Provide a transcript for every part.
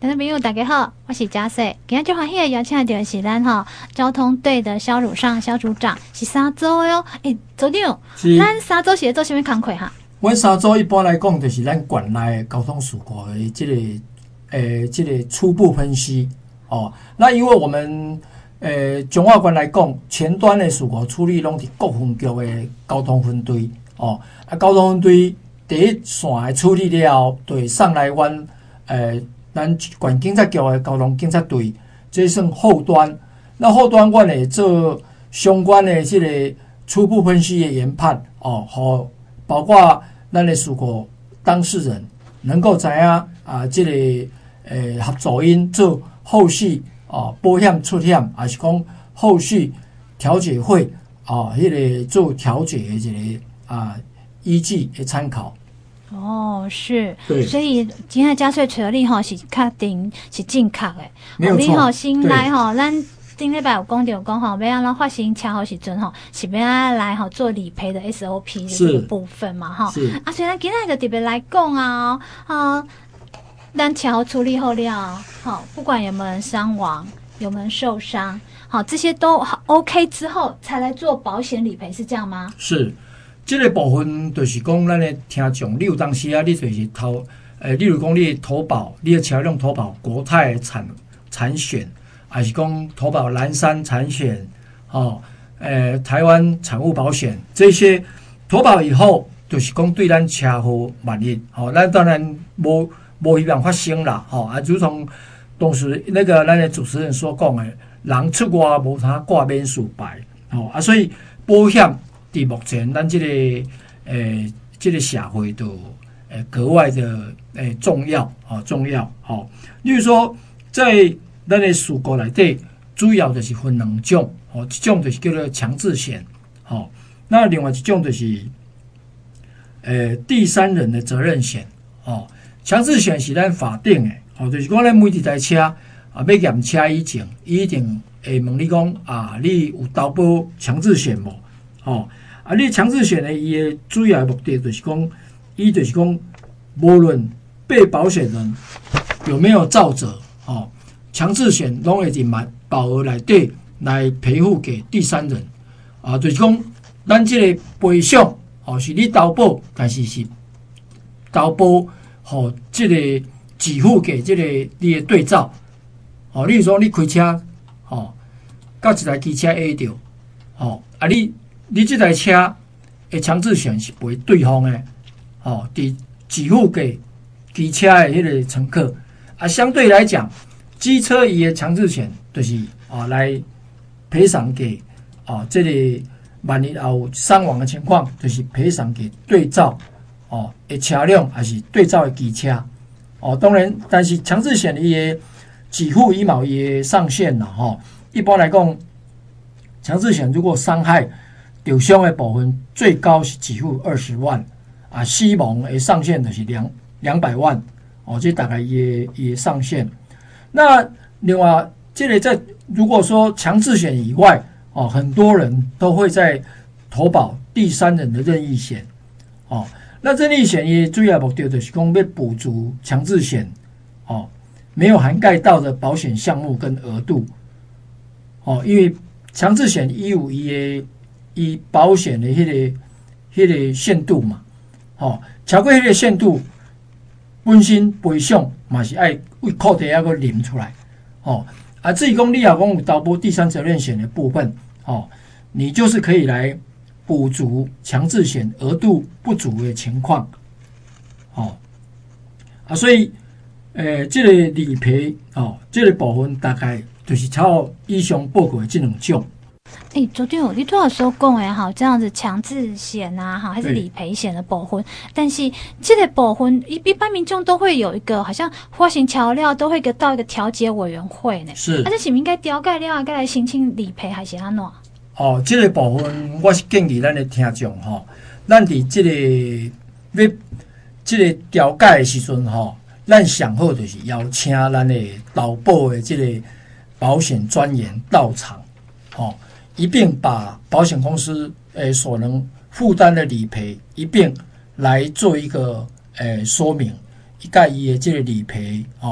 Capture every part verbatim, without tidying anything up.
听众朋友大家好，我是嘉穗。今日最欢喜的邀请到是咱吼交通队的肖汝尚肖组长，是三组的哦。诶，组长，咱三组是做什么工课哈？ 阮三组一般来讲，就是咱县内交通事故的这个诶，这个初步分析哦。那因为我们诶中华县来讲，前端的事故处理拢是各分局的交通分队哦。啊，交通分队第一线的处理了后，就会送来阮诶。咱县警察局的交通警察队，这算后端。那后端阮会做相关的这个初步分析的研判哦，和包括咱的事故当事人能够知影啊，这个诶合作因做后续啊保险出险，还是讲后续调解会啊，迄、那个做调解的这个啊依据的参考。 哦，是， 对， 所以今天嘉穗找你吼是确定是正确的， 没有错。 你吼先来吼，咱顶礼拜有讲到讲吼，要安怎发生车祸时阵吼，是要安来吼做理赔的 S O P 的这个部分嘛吼。 是啊，所以咱今天就特别来讲啊，啊，咱车祸处理好了，好，不管有没有人伤亡，有没有人受伤，好，这些都 OK 之后，才来做保险理赔，是这样吗？ 是。这个部分就是讲，咱的听众，你有当时啊，你就是投，诶，例如讲你投保，你的车辆投保国泰的产产险，还是讲投保蓝山产险，哦，诶，台湾产物保险这些投保以后，就是讲对咱车祸万一，哦，咱当然无无希望发生啦，吼、哦，啊，如同当时那个咱的主持人所讲的，人出外无啥挂免事牌，哦，啊，所以保险。伫目前，咱这个诶，这个社会都诶格外的诶重要啊，重要好。例如说，在咱的事故内底，主要就是分两种哦，一种就是叫做强制险，好，那另外一种就是诶第三人的责任险哦。强制险是咱法定的，哦，就是讲咱每一台车啊要验车以前，一定会问你讲啊，你有投保强制险无？哦。啊，你强制险呢？伊的主要的目的就是讲，伊就是讲，无论被保险人有没有肇责，哦，强制险拢会伫满保额内底来赔付给第三人，啊，就是讲，咱这个赔偿，哦，是你投保，但是是投保，哦，这个给付给这个你的对照，哦，例如说你开车，哦，甲一台机车 A 着，哦，啊你。你这台车的强制险是赔对方的，哦，伫给付给机车的迄个乘客啊。相对来讲，机车伊的强制险就是啊来赔偿给啊这个万一有伤亡的情况，就是赔偿给对照哦的车辆还是对照的机车哦。当然，但是强制险伊的给付伊嘛伊的上限啦，吼、哦。一般来讲，强制险如果伤害受伤的部分最高是给付二十万，啊，死亡的上限就是两两百万，哦，这大概也也上限。那另外，这个在如果说强制险以外，哦，很多人都会在投保第三人的任意险，哦，那任意险也主要目的就是讲要补足强制险，哦，没有涵盖到的保险项目跟额度，哦，因为强制险伊有伊的。以保险的迄、那个、迄个限度嘛，吼、哦，超过迄个限度，本身赔偿嘛是爱为扣题那个领出来，哦，啊，至于讲你若讲有投保第三责任险的部分，哦，你就是可以来补足强制险额度不足的情况，哦，啊，所以，诶，这个理赔，哦，这个部分大概就是超以上报告的这两种。 哎、欸，昨天有你多少时候讲诶，好这样子强制险啊，好还是理赔险的部分，但是这个部分一一般民众都会有一个，好像发行桥料都会个到一个调解委员会呢。 是， 啊，这是不是应该调解了，该来申请理赔还是安怎？ 哦，这个部分我是建议咱的听众吼，咱伫这个要这个调解的时阵吼，咱上好就是邀请咱的投保的这个保险专员到场，吼。一并把保险公司诶所能负担的理赔一并来做一个诶说明，一概伊的这个理赔哦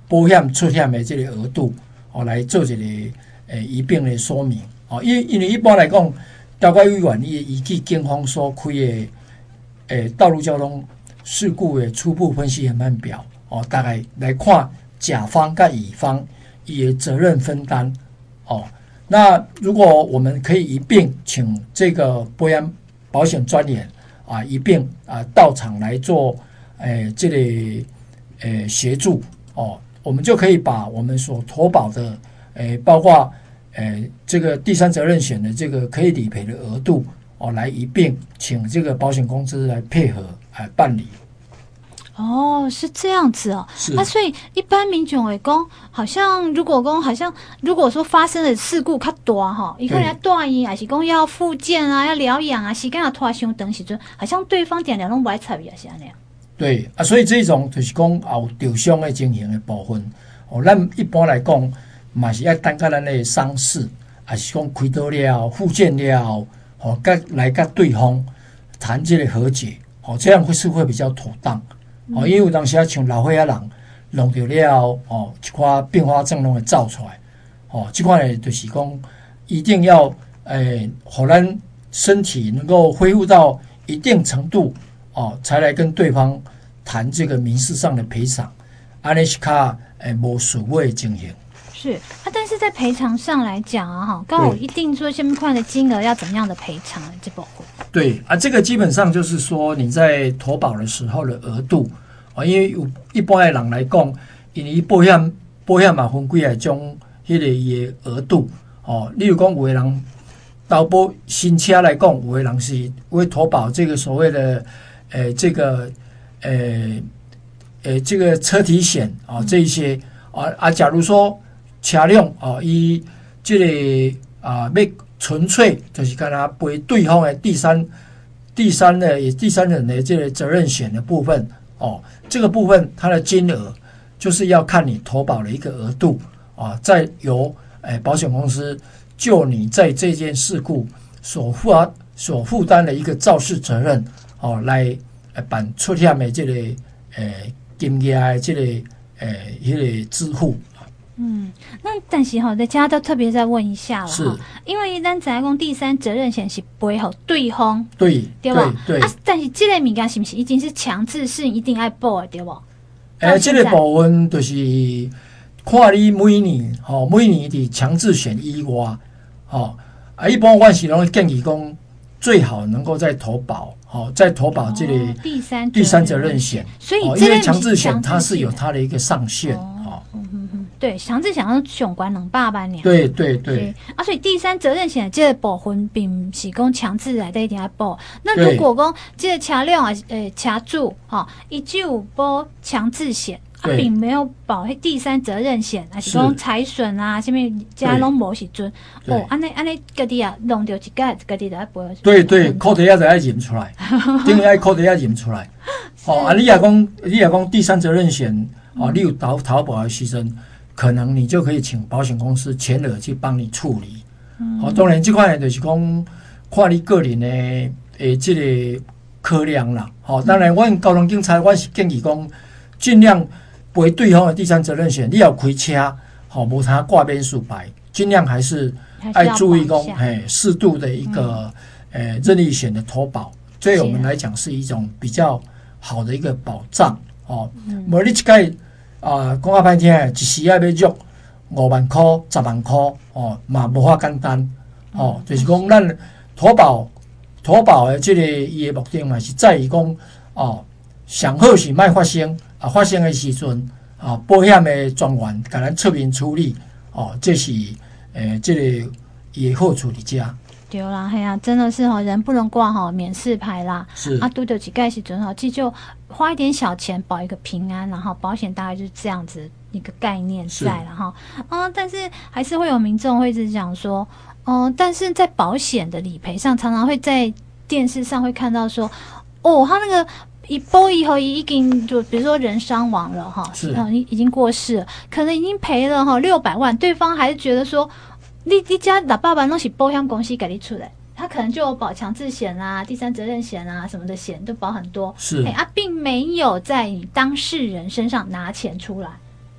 保险出险的这个额度哦，来做一个诶一并的说明哦。因因为一般来讲，交管委员伊依据警方所开的诶道路交通事故的初步分析研判表哦，大概来看甲方跟乙方伊的责任分担哦。那如果我们可以一并请这个保险保险专员啊一并啊到场来做诶这个诶协助哦，我们就可以把我们所投保的诶包括诶这个第三责任险的这个可以理赔的额度哦，来一并请这个保险公司来配合来办理。 哦，是这样子哦。 是啊，所以一般民众会讲，好像如果讲好像如果说发生的事故较大哈，伊可能要大医，还是讲要复健啊，要疗养啊，时间要拖伤长时阵，好像对方点点拢不爱参与，是安尼啊。 对啊，所以这种就是讲有受伤的情形的部分，哦，咱一般来讲，嘛是要等到咱的伤势，还是讲开刀了、复健了，哦，甲来甲对方谈这个和解，哦，这样会是会比较妥当。哦，因为有当时啊，像老岁仔人弄到了哦，一寡并发症拢会造出来。哦，这块呢，就是讲一定要诶，让咱身体能够恢复到一定程度哦，才来跟对方谈这个民事上的赔偿。安尼是较诶无所谓的情形。 是啊，但是在赔偿上来讲啊，哈，刚好一定说什么块的金额要怎么样的赔偿这部分。 对啊，这个基本上就是说你在投保的时候的额度啊，因为有一般的人来讲，因为保险保险嘛分几个种迄个伊的额度哦，例如讲有的人投保新车来讲，有的人是会投保这个所谓的呃这个呃呃这个车体险啊这一些啊啊，假如说车辆啊伊这个啊要纯粹就是跟他赔对方的第三、第三的也第三人的这个责任险的部分哦，这个部分它的金额就是要看你投保的一个额度啊，再由诶保险公司就你在这件事故所负所负担的一个肇事责任哦，来办出险的这个诶金额的这个诶迄个支付。 嗯，那但是哈，在家都特别再问一下了哈， 因为咱知影讲第三责任险是赔给对方， 对对吧？ 对。 啊，但是这个物件是不是已经是强制性一定要保的，对不？ 诶、欸，这个部分就是看你每年吼、哦，每年的强制险以外，吼、哦、啊，一般我是拢建议讲最好能够再投保，好、哦，再投保这个第三第三责任险， 所以哦，因为强制险它是有它的一个上限，哦。 哦嗯嗯嗯，对，强制险要上关两百万年。 对对对。 啊，所以第三责任险这个部分并不是讲强制来的一定要保。那如果讲这个车辆啊，呃，车主哈，伊只有保强制险，啊，并没有保第三责任险，还是讲财损啊，什么家拢无时阵，哦，安尼安尼，家己啊弄到一个，家己就要赔。 对对，扣题也就要认出来，等于爱扣题也认出来。哦，啊，你也讲，你也讲第三责任险。哦，你有投投保的时阵，可能你就可以请保险公司全额去帮你处理。嗯、哦，当然这块就是讲看你个人的诶这个考量啦。哦，当然，阮交通警察我是建议讲，尽量赔对方的第三责任险。你要开车，好、哦，无他挂免诉牌，尽量还是爱注意讲，嘿，适度的一个诶、嗯、任意险的投保，对我们来讲是一种比较好的一个保障。哦，无、嗯、你一届。啊，讲啊歹听，一时啊要约五万块、十万块，哦，嘛无法简单，哦，就是讲咱投保投保的这个伊的目的嘛是在于讲，哦，上好是莫发生，啊，发生的时阵，啊，保险的专员甲咱出面处理，哦，这是诶，这个伊的好处伫遮。 对啦，嘿啊，真的是哈，人不能挂哈免事牌啦。 是啊，拄到几盖时准好，其实就花一点小钱保一个平安，然后保险大概就是这样子一个概念在了哈。嗯，但是还是会有民众会一直讲说，嗯，但是在保险的理赔上，常常会在电视上会看到说，哦，他那个一波以后已经就比如说人伤亡了哈， 是嗯，已经过世了，可能已经赔了哈六百万，对方还是觉得说。你你家六百万都是保险公司给你出来，他可能就有保强制险啊、第三责任险啊什么的险，都保很多。 是， 哎啊，并没有在你当事人身上拿钱出来。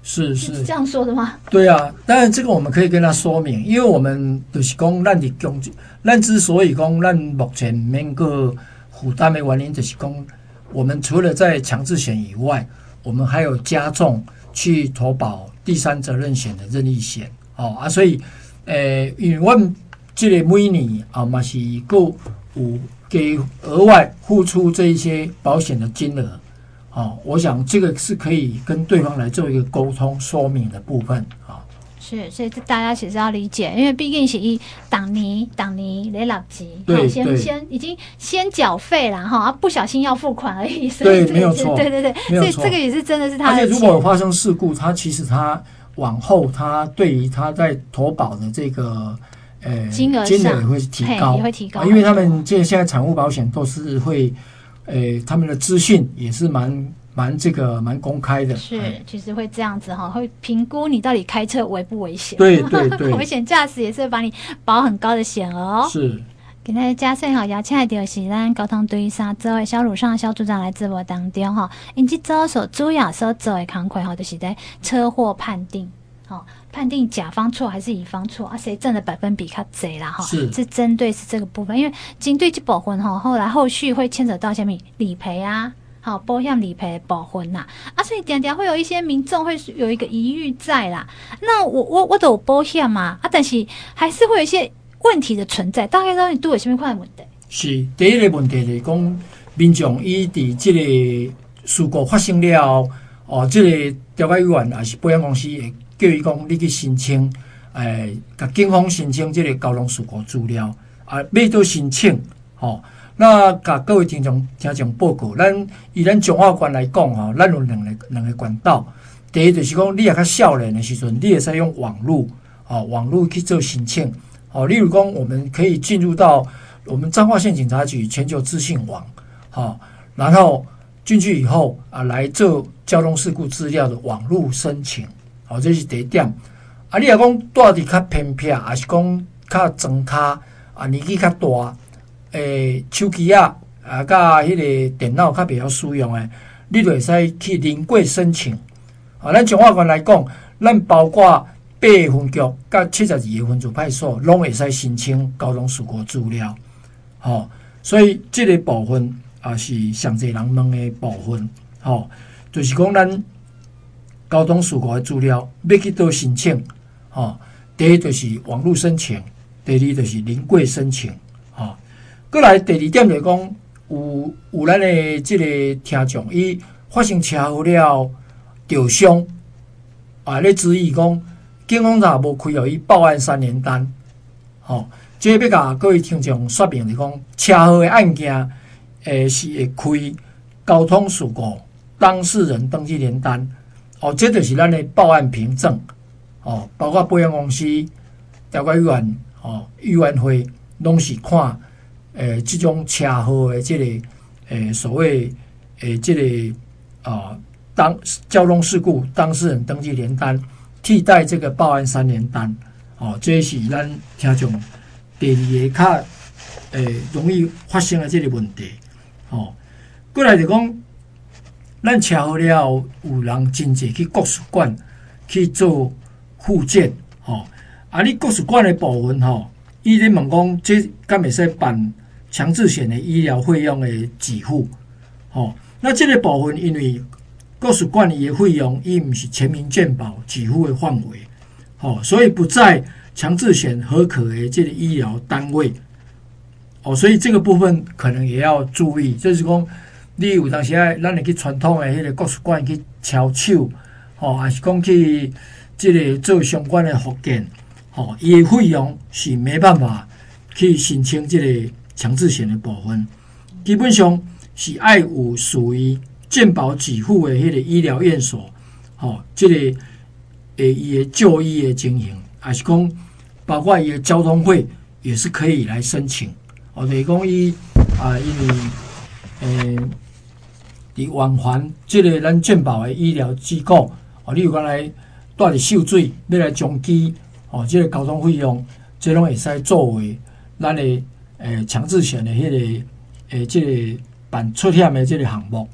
是是是这样说的吗？ 对啊，当然这个我们可以跟他说明，因为我们就是讲，咱的经济，咱之所以讲，咱目前免个负担的原因，就是讲，我们除了在强制险以外，我们还有加重去投保第三责任险的任意险，哦啊，所以，诶、呃，因为我们这个每年啊嘛是够有给额外付出这一些保险的金额。哦，我想这个是可以跟对方来做一个沟通说明的部分啊。 是，所以大家其实要理解，因为毕竟是一当年当年来老级， 对， 先先已经先缴费了哈，不小心要付款而已。 对，没有错， 对对对，所以这个也是真的是他的。 而且如果有发生事故，他其实他往后他对于他在投保的这个呃金额金额也会提高， 也会提高， 因为他们这现在产物保险都是会。呃，他们的资讯也是蛮蛮这个蛮公开的， 是，其实会这样子哈，会评估你到底开车危不危险， 对对对， 危险驾驶也是会把你保很高的险额哦。 是， 今天嘉盛好邀请到是咱交通队三组的小鲁上小组长来直播当中哈，因这组所主要所做的工作哈，就是在车祸判定。哦，判定甲方错还是乙方错啊？谁占的百分比较多啦？哈， 是是针对是这个部分，因为针对这部分哈，后来后续会牵扯到什么理赔啊，好保险理赔的部分呐啊，所以点点会有一些民众会有一个疑虑在啦。那我我我都有保险嘛啊，但是还是会有一些问题的存在。大概到底都有什么块问题？ 是第一个问题就是讲，民众伊伫这个事故发生了后，哦，这个调解员还是保险公司会叫伊讲，你去申请，诶，甲警方申请这个交通事故资料，啊，要做申请，吼、哦。那甲各位听众听众报告，咱以咱中华关来讲，吼，咱有两个两个管道。第一就是讲，你也较少年的时阵，你也使用网络，哦，网络去做申請，哦，例如講，我們可以進入到我們彰化縣警察局全球資訊網，哦，然後進去以後啊，來做交通事故資料的網絡申請，哦，這是第一點。啊，你若講住佇較偏僻，還是講較莊卡啊，年紀較大，誒，手機啊，啊，甲迄個電腦較袂曉使用誒，你就會使去臨櫃申請。啊，咱中華關來講，咱包括八個分局甲七十二個分駐派出所，攏會使申請交通事故資料。吼、哦，所以這個部分也是上濟人問的部分。吼、哦，就是講咱交通事故的資料要去倒申請。吼、哦，第一就是網絡申請，第二就是臨櫃申請。吼、哦，過來第二點就是講，有有咱的這個聽眾，伊發生車禍了。受傷啊！咧質疑講，警方若無開予伊報案三聯單，吼、哦，即、這個要甲各位聽眾說明是講，車禍的案件，誒、呃、是會開交通事故當事人登記聯單，哦，這就是咱的報案憑證，哦，包括保險公司、調解員、哦，委員會，攏是看，誒、呃，這種車禍的這個，誒、呃，所謂，誒、呃，這個，啊、呃。當交通事故當事人登記聯單替代這個報案三聯單，哦，這是咱聽眾第二個較誒容易發生的這個問題，哦，過來就講，咱車禍了後有人真濟去國術館去做復健，哦，啊，你國術館的部分，吼、哦，伊咧問講，這敢會使辦強制險的醫療費用的給付，哦，那這個部分因為國術館伊的費用，伊唔是全民健保給付的範圍，哦，所以不在強制險核可的這個醫療單位，哦，所以這個部分可能也要注意，就是講你有當時啊，咱會去傳統的迄個國術館去敲手，哦，還是講去這個做相關的復健，哦，伊的費用是沒辦法去申請這個強制險的部分，基本上是要有屬於健保給付的迄個醫療院所，吼、哦，這個誒伊的就醫的經營，還是講包括伊的交通費也是可以來申請。哦，就是講伊啊，因為誒佇往還這個咱健保的醫療機構，哦，你有講來帶佇秀水要來中基，哦，這個交通費用，這攏會使作為咱的誒強制險的迄、那個誒這個辦出險的這個項目。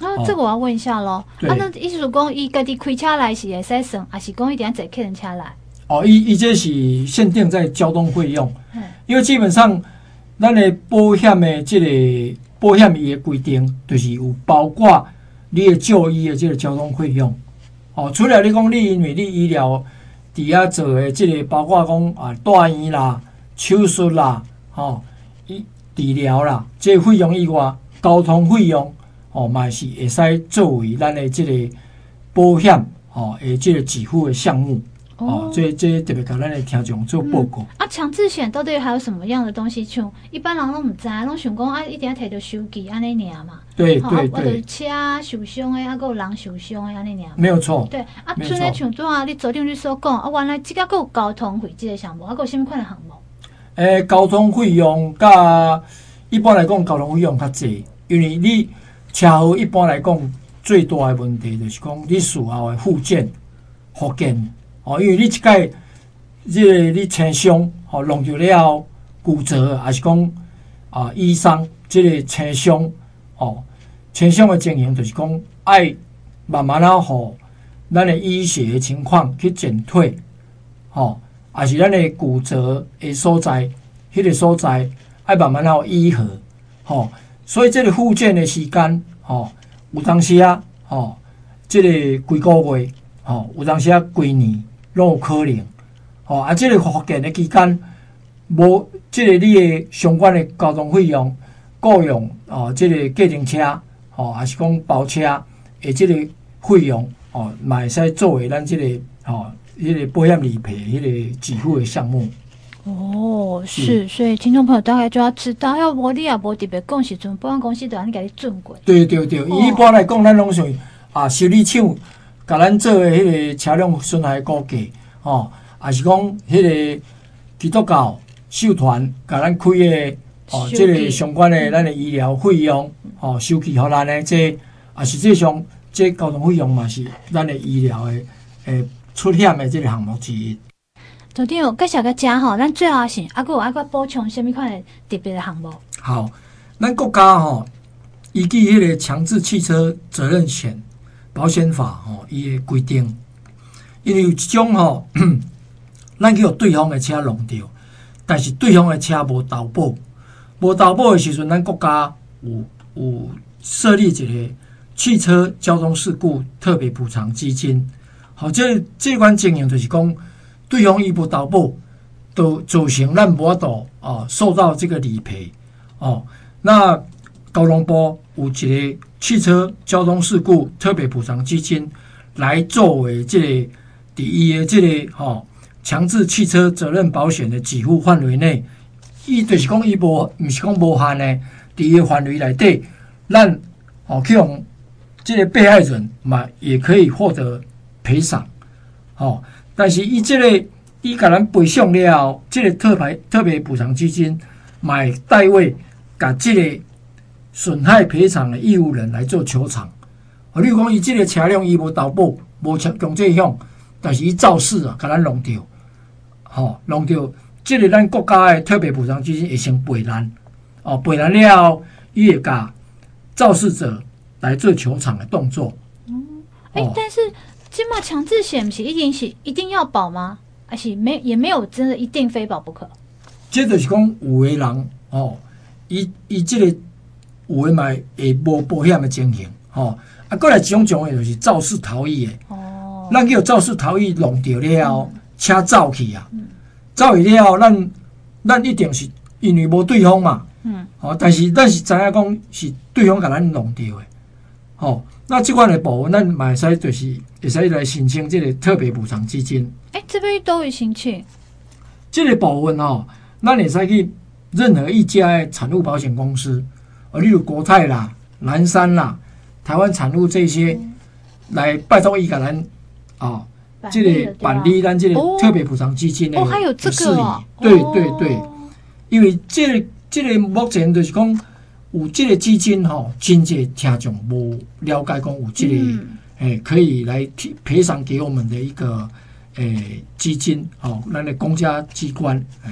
啊，这个我要问一下咯。 对啊，那意思讲，伊家己开车来是会使算，还是讲一定要坐客人车来？ 哦，伊伊这是限定在交通费用， 嗯， 因为基本上咱的保险的这个保险伊的规定，就是有包括你的就医的这个交通费用。哦，除了你讲你因为你医疗伫遐做的这个，包括讲啊大院啦、手术啦、吼、医治疗啦，这个费用以外，交通费用哦，嘛是会使作为咱的这个保险哦，诶，这个给付的项目。哦，这这特别甲咱的听众做报告。 嗯、啊，强制险到底还有什么样的东西？像一般人拢唔知，拢想讲啊，一定要摕到手机安尼尔嘛。 对对对。或者车受伤的，啊，还有人受伤的安尼尔。 没有错。 对，啊，像咧像怎啊？你昨天你所讲，啊，原来即个还有交通费这个项目，啊，还有啥物款的项目？ 诶、欸，交通费用甲一般来讲，交通费用较济，因为你车祸一般来讲最大的问题就是讲你事后的复健、复健。哦，因为你一届即个你轻伤，吼弄着了后骨折，还是讲啊医伤，即个轻伤，哦，轻伤的情形就是讲爱慢慢啊，吼，咱的医学的情况去减退，吼，还是咱的骨折的所在，迄、那个所在爱慢慢啊医好，吼，所以这个复健的时间，吼，有当时啊，吼，即个几个月，吼，有当时啊几年。拢有可能，哦，啊，这个复健的期间，无这个你的相关的交通费用、雇用哦，这个计程车，哦，还是讲包车的这个费用，哦，嘛会使作为咱这个哦，迄、那个保险理赔迄个给付的项目。 哦，是，所以听众朋友大概就要知道，要无你也无特别讲时阵，保险公司都安尼甲你准过。 对对对，哦、一般来讲，咱拢属于啊修理厂。甲咱做诶迄个车辆损害估价，吼，也是讲迄个基督教社团甲咱开诶，哦，即个相关诶咱诶医疗费用，吼，收起互咱诶，这也实际上这交通费用嘛是咱诶医疗诶诶出险诶即个项目之一。 昨天有介绍个遮吼，咱最后是啊，佫有啊佫补充啥物款诶特别诶项目？ 好，咱国家吼，依据迄个强制汽车责任险。保险法吼，伊诶规定，因为有一种吼，咱去互对方诶车弄着，但是对方诶车无投保，无投保诶时阵，咱国家有有设立一个汽车交通事故特别补偿基金。好，这这款情形就是讲，对方伊无投保，都造成咱无法度哦受到这个理赔哦。那交通部有一个汽车交通事故特别补偿基金，来作为这个第一的这个吼强制汽车责任保险的给付范围内，伊就是讲伊无毋是讲无限的，第一个范围内底，咱哦去用这个被害人嘛也可以获得赔偿，哦，但是伊这个伊甲咱赔偿了后，这个特别特别补偿基金嘛会代位甲这个损害赔偿的义务人来做求偿。哦，你讲伊这个车辆伊无投保，无强制险，但是伊肇事啊，甲咱弄着，吼、哦，弄着，这个咱国家的特别补偿基金会先赔咱，哦，赔咱了后，伊会甲肇事者来做求偿的动作。 嗯，哎、欸，但是这么强制险是一定是一定要保吗？还是没也没有真的一定非保不可？ 这就是讲有的人哦，伊伊这个。有诶嘛会无保险诶情形，吼、哦，啊，过来一种种诶就是肇事逃逸诶。哦，咱叫肇事逃逸弄着了后，嗯、车走去啊，嗯、走去了后，咱咱一定是因为无对方嘛，嗯，哦，但是咱是知影讲是对方甲咱弄着诶，吼、哦，那这款诶部分咱嘛会使就是会使来申请这个特别补偿基金。 诶、欸，这边都会申请。 这个部分吼，咱会使去任何一家诶产物保险公司。哦，例如国泰啦、南山啦、台湾产物这些，嗯、来拜托伊甲咱哦，这个办理咱这个特别补偿基金的哦，还有这个哦， 对对对，因为这个、这个目前就是讲有这个基金吼、哦，真济听众无了解讲有这个诶、嗯欸、可以来赔偿给我们的一个诶、欸、基金哦，咱的公家机关诶。欸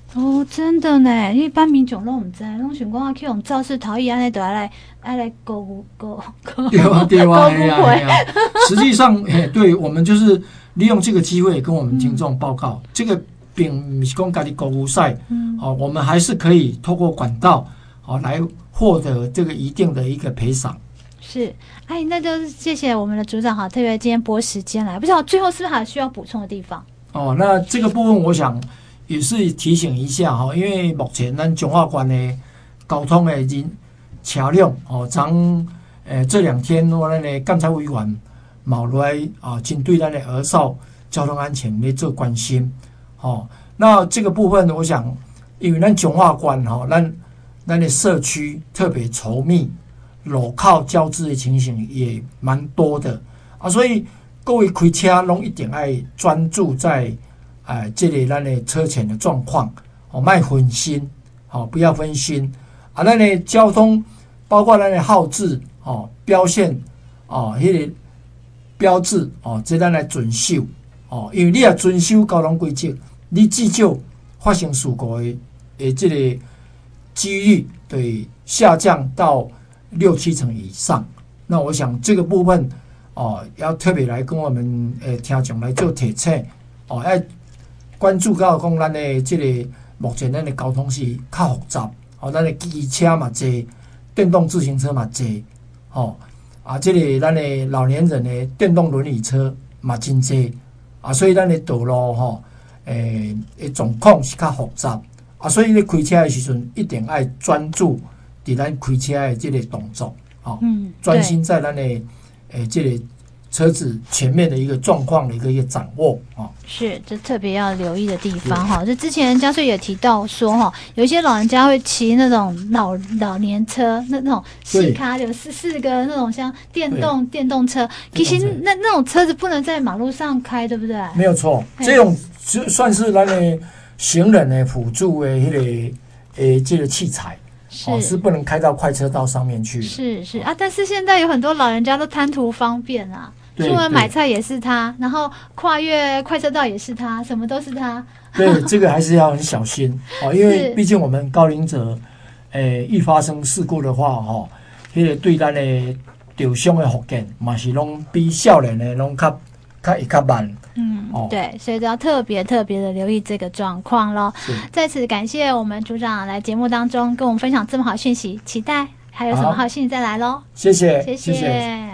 哦，真的呢，一般民众拢唔知，拢想讲啊去用肇事逃逸安尼，就爱来爱来购物购购对啊对啊， 购物会。 实际上，哎，对我们就是利用这个机会跟我们听众报告，嗯、这个并不是讲家己购物赛，嗯，哦，我们还是可以透过管道，哦，来获得这个一定的一个赔偿。 是，哎，那就是谢谢我们的组长哈，特别今天拨时间来，不知道最后是不是还需要补充的地方？ 哦，那这个部分我想也是提醒一下哈，因为目前咱中华关的交通的人车辆哦，从呃这两天我们的监察委员冒来啊，针对咱的儿少交通安全来做关心。哦，那这个部分我想，因为咱中华关哈，咱咱的社区特别稠密。路靠交织的情形也蛮多的啊，所以各位开车拢一定要专注在哎这里咱的车前的状况哦，卖分心哦，不要分心啊。咱的交通包括咱的号志哦、标线哦、迄、那个标志哦，这咱来遵守哦，因为你也遵守交通规则，你至少发生事故的诶这个几率对下降到六七成以上，那我想这个部分哦，要特别来跟我们诶听众来做提醒哦，要关注到讲咱的这个目前咱的交通是较复杂哦，咱的机车嘛多，电动自行车嘛多哦，啊，这个咱的老年人的电动轮椅车嘛真多啊，所以咱的道路吼诶诶状况是较复杂啊，所以你开车的时阵一定要专注。伫咱开车的这个动作，哦，嗯，专心在咱的诶这个车子前面的一个状况的一个一个掌握，哦， 是，这特别要留意的地方哈。就之前嘉穗也提到说哈，有一些老人家会骑那种老老年车，那那种四卡有四四个那种像电动电动车，其实那那种车子不能在马路上开，对不对？ 没有错，这种就算是咱的行人的辅助的迄个诶这个器材。是, 哦、是不能开到快车道上面去。 是是啊，但是现在有很多老人家都贪图方便啊，出门买菜也是他，然后跨越快车道也是他，什么都是他。 对，这个还是要很小心哦，因为毕竟我们高龄者，诶、呃，一发生事故的话，哈、哦，迄、那个对咱的受伤的复健嘛是拢比少年的拢较较会较慢。 嗯，哦、对，所以都要特别特别的留意这个状况咯。在此感谢我们组长来节目当中跟我们分享这么好讯息，期待还有什么好讯息再来咯。 谢谢， 谢谢。谢谢。